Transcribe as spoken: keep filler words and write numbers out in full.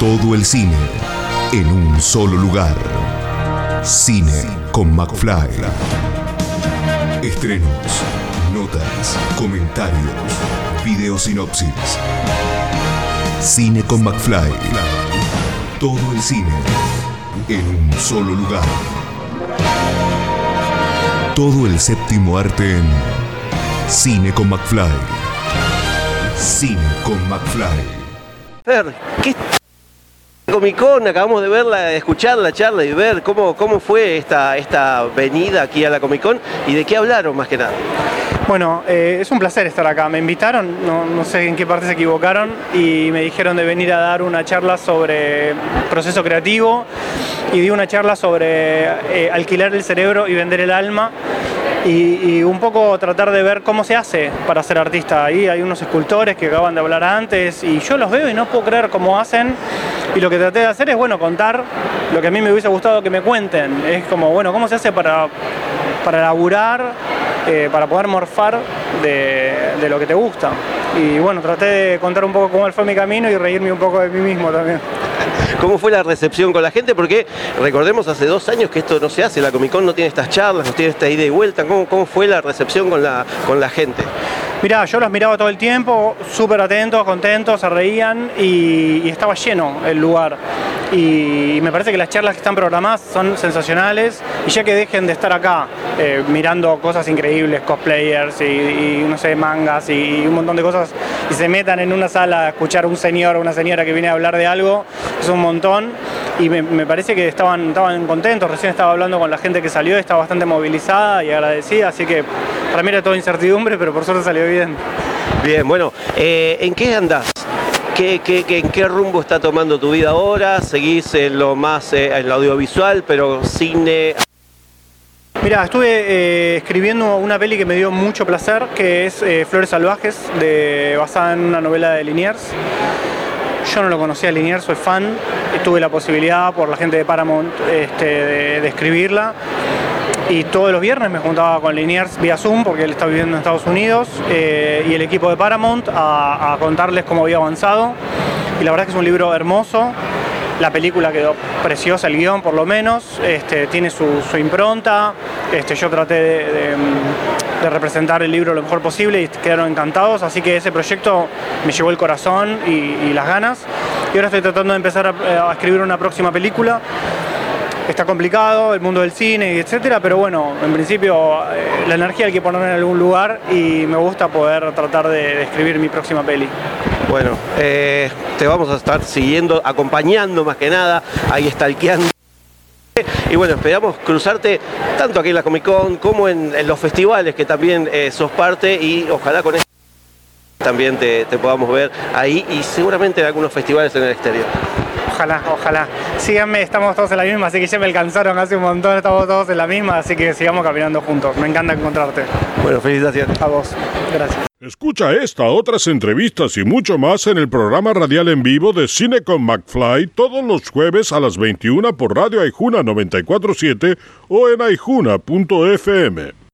Todo el cine en un solo lugar. Cine con McFly. Estrenos, notas, comentarios, videosinopsis. Cine con McFly. Todo el cine en un solo lugar. Todo el séptimo arte en Cine con McFly. Cine con McFly. Fer, ¿qué Comic Con? Acabamos de verla, de escuchar la charla y ver cómo, cómo fue esta, esta venida aquí a la Comic Con y de qué hablaron más que nada. Bueno, eh, es un placer estar acá. Me invitaron, no, no sé en qué parte se equivocaron, y me dijeron de venir a dar una charla sobre proceso creativo y di una charla sobre eh, alquilar el cerebro y vender el alma. Y, y un poco tratar de ver cómo se hace para ser artista. Ahí hay unos escultores que acaban de hablar antes y yo los veo y no puedo creer cómo hacen, y lo que traté de hacer es, bueno, contar lo que a mí me hubiese gustado que me cuenten. Es como, bueno, cómo se hace para, para laburar, eh, para poder morfar de, de lo que te gusta. Y bueno, traté de contar un poco cómo fue mi camino y reírme un poco de mí mismo también. ¿Cómo fue la recepción con la gente? Porque recordemos, hace dos años que esto no se hace, la Comic Con no tiene estas charlas, no tiene esta ida y vuelta. ¿Cómo, cómo fue la recepción con la, con la gente? Mirá, yo los miraba todo el tiempo, súper atentos, contentos, se reían y, y estaba lleno el lugar. Y me parece que las charlas que están programadas son sensacionales, y ya que dejen de estar acá eh, mirando cosas increíbles, cosplayers y, y no sé, mangas y, y un montón de cosas, y se metan en una sala a escuchar a un señor o una señora que viene a hablar de algo, es un montón. Y me, me parece que estaban, estaban contentos. Recién estaba hablando con la gente que salió, estaba bastante movilizada y agradecida, así que para mí era toda incertidumbre, pero por suerte salió bien. Bien, bueno, eh, ¿en qué andás? ¿Qué, qué, qué, ¿En qué rumbo está tomando tu vida ahora? ¿Seguís en lo más eh, en lo audiovisual, pero cine? Mira, estuve eh, escribiendo una peli que me dio mucho placer, que es eh, Flores Salvajes, de, basada en una novela de Liniers. Yo no lo conocía a Liniers, soy fan, tuve la posibilidad por la gente de Paramount este, de, de escribirla, y todos los viernes me juntaba con Liniers vía Zoom, porque él está viviendo en Estados Unidos, eh, y el equipo de Paramount a, a contarles cómo había avanzado, y la verdad es que es un libro hermoso. La película quedó preciosa, el guión por lo menos, este, tiene su, su impronta. Este, yo traté de, de, de representar el libro lo mejor posible y quedaron encantados, así que ese proyecto me llevó el corazón y, y las ganas. Y ahora estoy tratando de empezar a, a escribir una próxima película. Está complicado, el mundo del cine, etcétera, pero bueno, en principio eh, la energía hay que ponerla en algún lugar, y me gusta poder tratar de, de escribir mi próxima peli. Bueno, eh, te vamos a estar siguiendo, acompañando más que nada, ahí stalkeando. Y bueno, esperamos cruzarte tanto aquí en la Comic Con como en, en los festivales que también eh, sos parte, y ojalá con esto también te, te podamos ver ahí, y seguramente en algunos festivales en el exterior. Ojalá, ojalá. Síganme, estamos todos en la misma, así que ya me alcanzaron hace un montón, estamos todos en la misma, así que sigamos caminando juntos. Me encanta encontrarte. Bueno, felicitaciones. A vos, gracias. Escucha esta, otras entrevistas y mucho más en el programa radial en vivo de Cine con McFly todos los jueves a las veintiuna por Radio Aijuna noventa y cuatro punto siete o en aijuna punto f m.